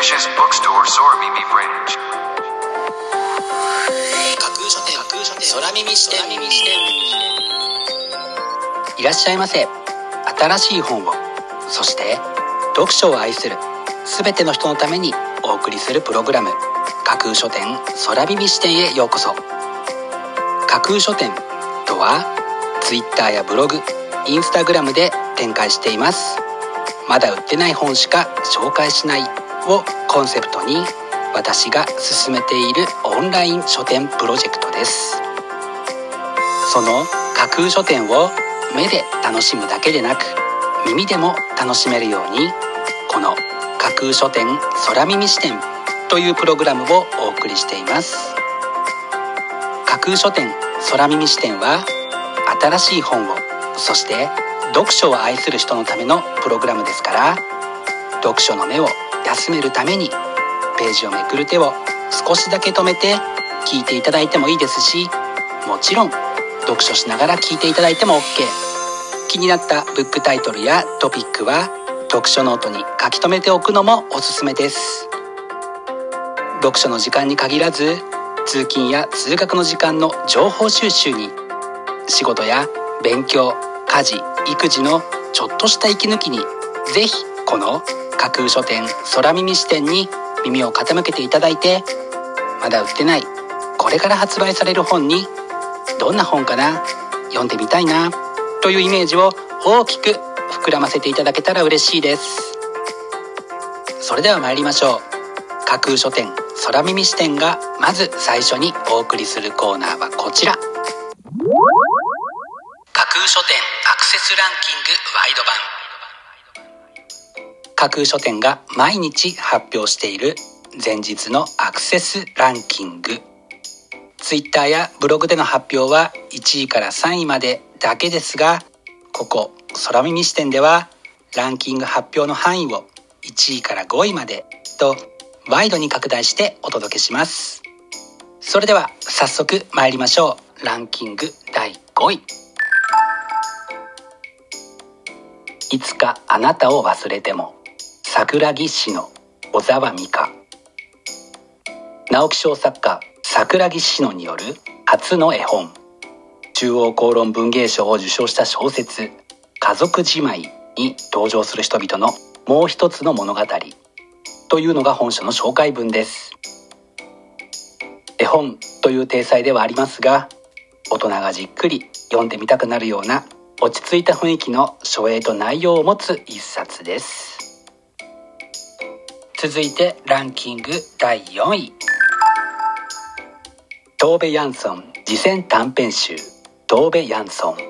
Vicious Bookstore Soramimi Branch。 架空書店空耳視点。いらっしゃいませ。新しい本を、そして読書を愛するすべての人のためにお送りするプログラム、架空書店空耳視点へようこそ。架空書店とは Twitter やブログ、インスタグラムで展開しています。まだ売ってない本しか紹介しないをコンセプトに、私が進めているオンライン書店プロジェクトです。その架空書店を目で楽しむだけでなく、耳でも楽しめるように、この架空書店空耳視点というプログラムをお送りしています。架空書店空耳視点は、新しい本を、そして読書を愛する人のためのプログラムですから、読書の目を休めるためにページをめくる手を少しだけ止めて聞いていただいてもいいですし、もちろん読書しながら聞いていただいても OK。 気になったブックタイトルやトピックは読書ノートに書き留めておくのもおすすめです。読書の時間に限らず、通勤や通学の時間の情報収集に、仕事や勉強、家事、育児のちょっとした息抜きに、ぜひこの架空書店空耳視点に耳を傾けていただいて、まだ売ってない、これから発売される本に、どんな本かな、読んでみたいなというイメージを大きく膨らませていただけたら嬉しいです。それでは参りましょう。架空書店空耳視点がまず最初にお送りするコーナーはこちら。架空書店アクセスランキングワイド版。架空書店が毎日発表している前日のアクセスランキング。ツイッターやブログでの発表は1位から3位までだけですが、ここ空耳視点ではランキング発表の範囲を1位から5位までとワイドに拡大してお届けします。それでは早速参りましょう。ランキング第5位。いつかあなたを忘れても、桜木詩の小沢美香。直木賞作家桜木詩による初の絵本、中央公論文芸賞を受賞した小説家族じまいに登場する人々のもう一つの物語というのが本書の紹介文です。絵本という体裁ではありますが、大人がじっくり読んでみたくなるような落ち着いた雰囲気の書影と内容を持つ一冊です。続いてランキング第4位。トーベ・ヤンソン自選短編集トーベ・ヤンソン。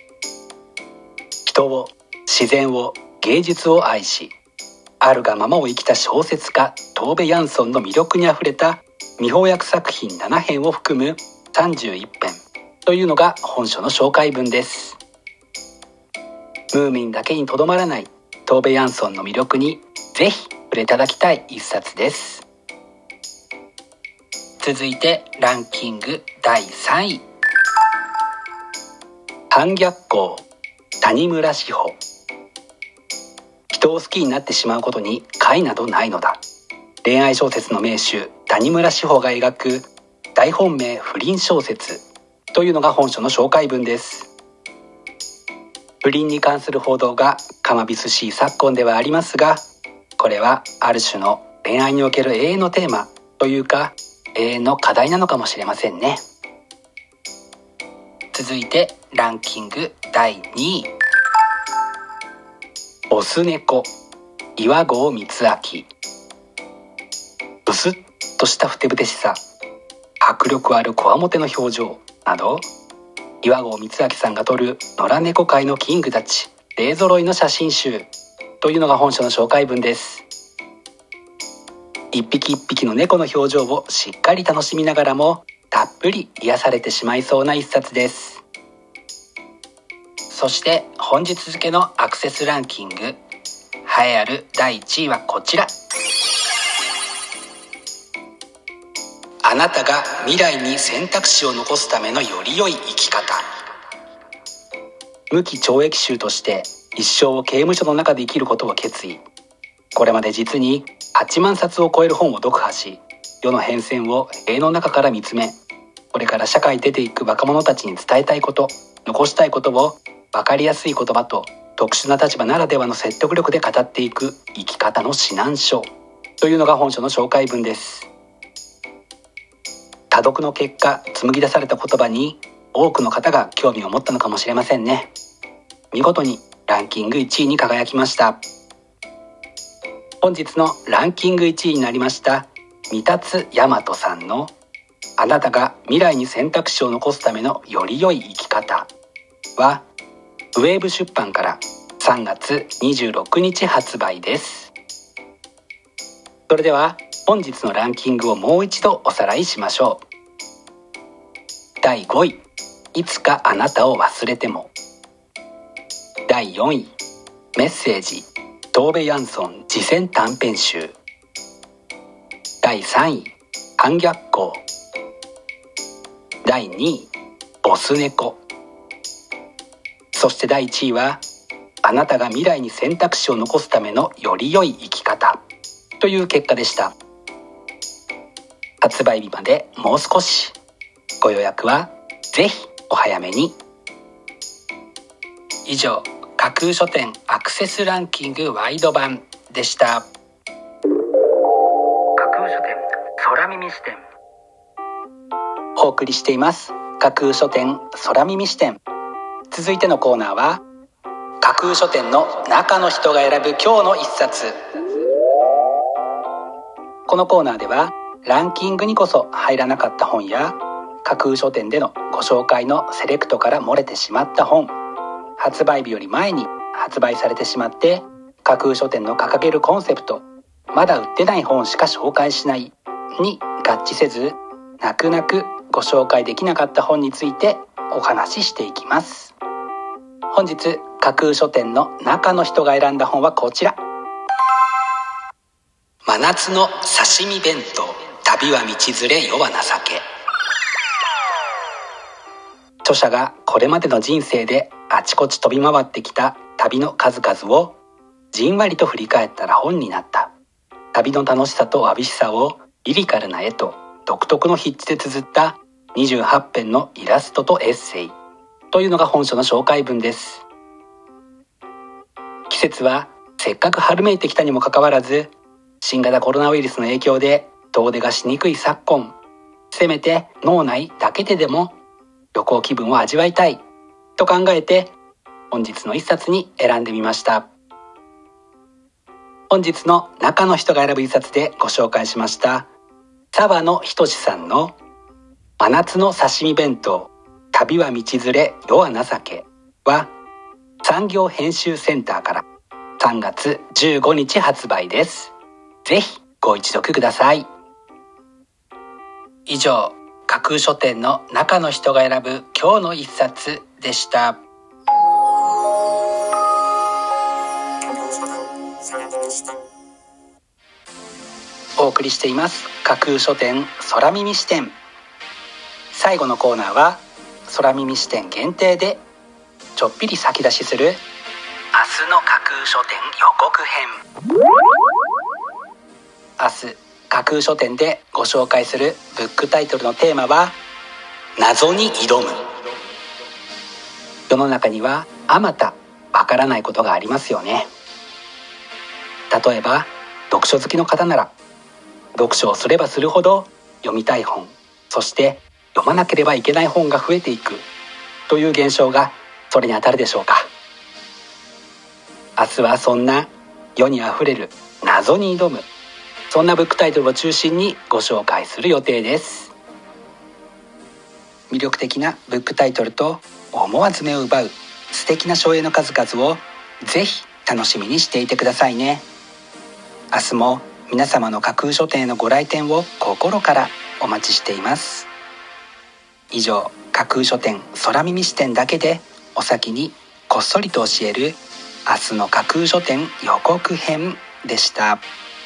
人を、自然を、芸術を愛し、あるがままを生きた小説家トーベ・ヤンソンの魅力にあふれた未翻訳作品7編を含む31編というのが本書の紹介文です。ムーミンだけにとどまらないトーベ・ヤンソンの魅力にぜひ触れいただきたい一冊です。続いてランキング第3位。反逆光谷村志保。人を好きになってしまうことに解などないのだ。恋愛小説の名手谷村志保が描く大本命不倫小説というのが本書の紹介文です。不倫に関する報道がかまびすしい昨今ではありますが、これはある種の恋愛における永遠のテーマというか、永遠の課題なのかもしれませんね。続いてランキング第2位。オス猫岩合光明。ブスッとしたふてぶてしさ、迫力あるこわもての表情など、岩合光明さんが撮る野良猫界のキングたち勢ぞろいの写真集というのが本書の紹介文です。一匹一匹の猫の表情をしっかり楽しみながらも、たっぷり癒されてしまいそうな一冊です。そして本日付のアクセスランキング栄えある第1位はこちら。あなたが未来に選択肢を残すためのより良い生き方。無期懲役囚として一生を刑務所の中で生きることを決意。 これまで実に8万冊を超える本を読破し、世の変遷を塀の中から見つめ、これから社会に出ていく若者たちに伝えたいこと、残したいことを分かりやすい言葉と特殊な立場ならではの説得力で語っていく生き方の指南書というのが本書の紹介文です。多読の結果、紡ぎ出された言葉に多くの方が興味を持ったのかもしれませんね。見事にランキング1位に輝きました。本日のランキング1位になりました三達大和さんのあなたが未来に選択肢を残すためのより良い生き方はウェーブ出版から3月26日発売です。それでは本日のランキングをもう一度おさらいしましょう。第5位、いつかあなたを忘れても。第4位、メッセージトーベ・ヤンソン自選短編集。第3位、反逆光。第2位、ボス猫。そして第1位はあなたが未来に選択肢を残すためのより良い生き方という結果でした。発売日までもう少し。ご予約はぜひお早めに。以上、架空書店アクセスランキングワイド版でした。架空書店空耳視点、お送りしています架空書店空耳視点。続いてのコーナーは架空書店の中の人が選ぶ今日の一冊。このコーナーではランキングにこそ入らなかった本や架空書店でのご紹介のセレクトから漏れてしまった本、発売日より前に発売されてしまって架空書店の掲げるコンセプト、まだ売ってない本しか紹介しないに合致せず、泣く泣くご紹介できなかった本についてお話ししていきます。本日架空書店の中の人が選んだ本はこちら。真夏の刺身弁当、旅は道連れ世は情け。著者がこれまでの人生であちこち飛び回ってきた旅の数々をじんわりと振り返ったら本になった。旅の楽しさと寂しさをリリカルな絵と独特の筆致で綴った28編のイラストとエッセイというのが本書の紹介文です。季節はせっかく春めいてきたにもかかわらず、新型コロナウイルスの影響で遠出がしにくい昨今、せめて脳内だけででも旅行気分を味わいたいと考えて本日の一冊に選んでみました。本日の中の人が選ぶ一冊でご紹介しました澤野仁さんの真夏の刺身弁当、旅は道連れ世は情けは産業編集センターから3月15日発売です。ぜひご一読ください。以上、架空書店の中の人が選ぶ今日の一冊でした。お送りしています架空書店空耳視点。最後のコーナーは空耳視点限定でちょっぴり先出しする明日の架空書店予告編。明日架空書店でご紹介するブックタイトルのテーマは謎に挑む。世の中にはあまたわからないことがありますよね。例えば読書好きの方なら読書をすればするほど読みたい本、そして読まなければいけない本が増えていくという現象がそれに当たるでしょうか。明日はそんな世にあふれる謎に挑む、そんなブックタイトルを中心にご紹介する予定です。魅力的なブックタイトルと思わず目を奪う素敵な書影の数々をぜひ楽しみにしていてくださいね。明日も皆様の架空書店へのご来店を心からお待ちしています。以上、架空書店空耳視点だけでお先にこっそりと教える明日の架空書店予告編でした。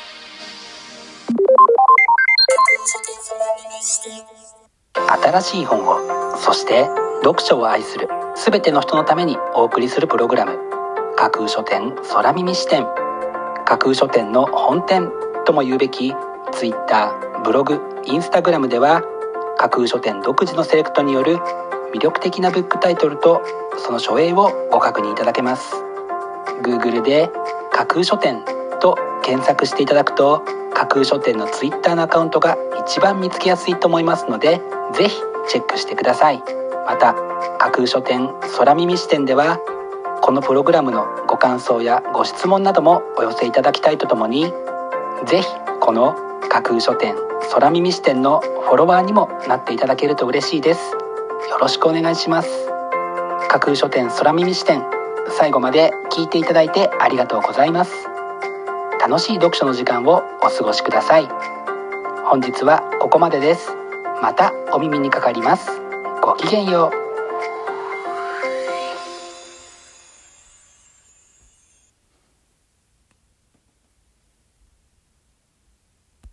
新しい本を、そして読書を愛するすべての人のためにお送りするプログラム、架空書店空耳視点。 架空書店の本店とも言うべき Twitter、ブログ、Instagram では架空書店独自のセレクトによる魅力的なブックタイトルとその書影をご確認いただけます。 Google で架空書店と検索していただくと架空書店の Twitter のアカウントが一番見つけやすいと思いますので、ぜひチェックしてください。また架空書店空耳視点ではこのプログラムのご感想やご質問などもお寄せいただきたいとともに、ぜひこの架空書店空耳視点のフォロワーにもなっていただけると嬉しいです。よろしくお願いします。架空書店空耳視点、最後まで聞いていただいてありがとうございます。楽しい読書の時間をお過ごしください。本日はここまでです。またお耳にかかります。ごきげんよう。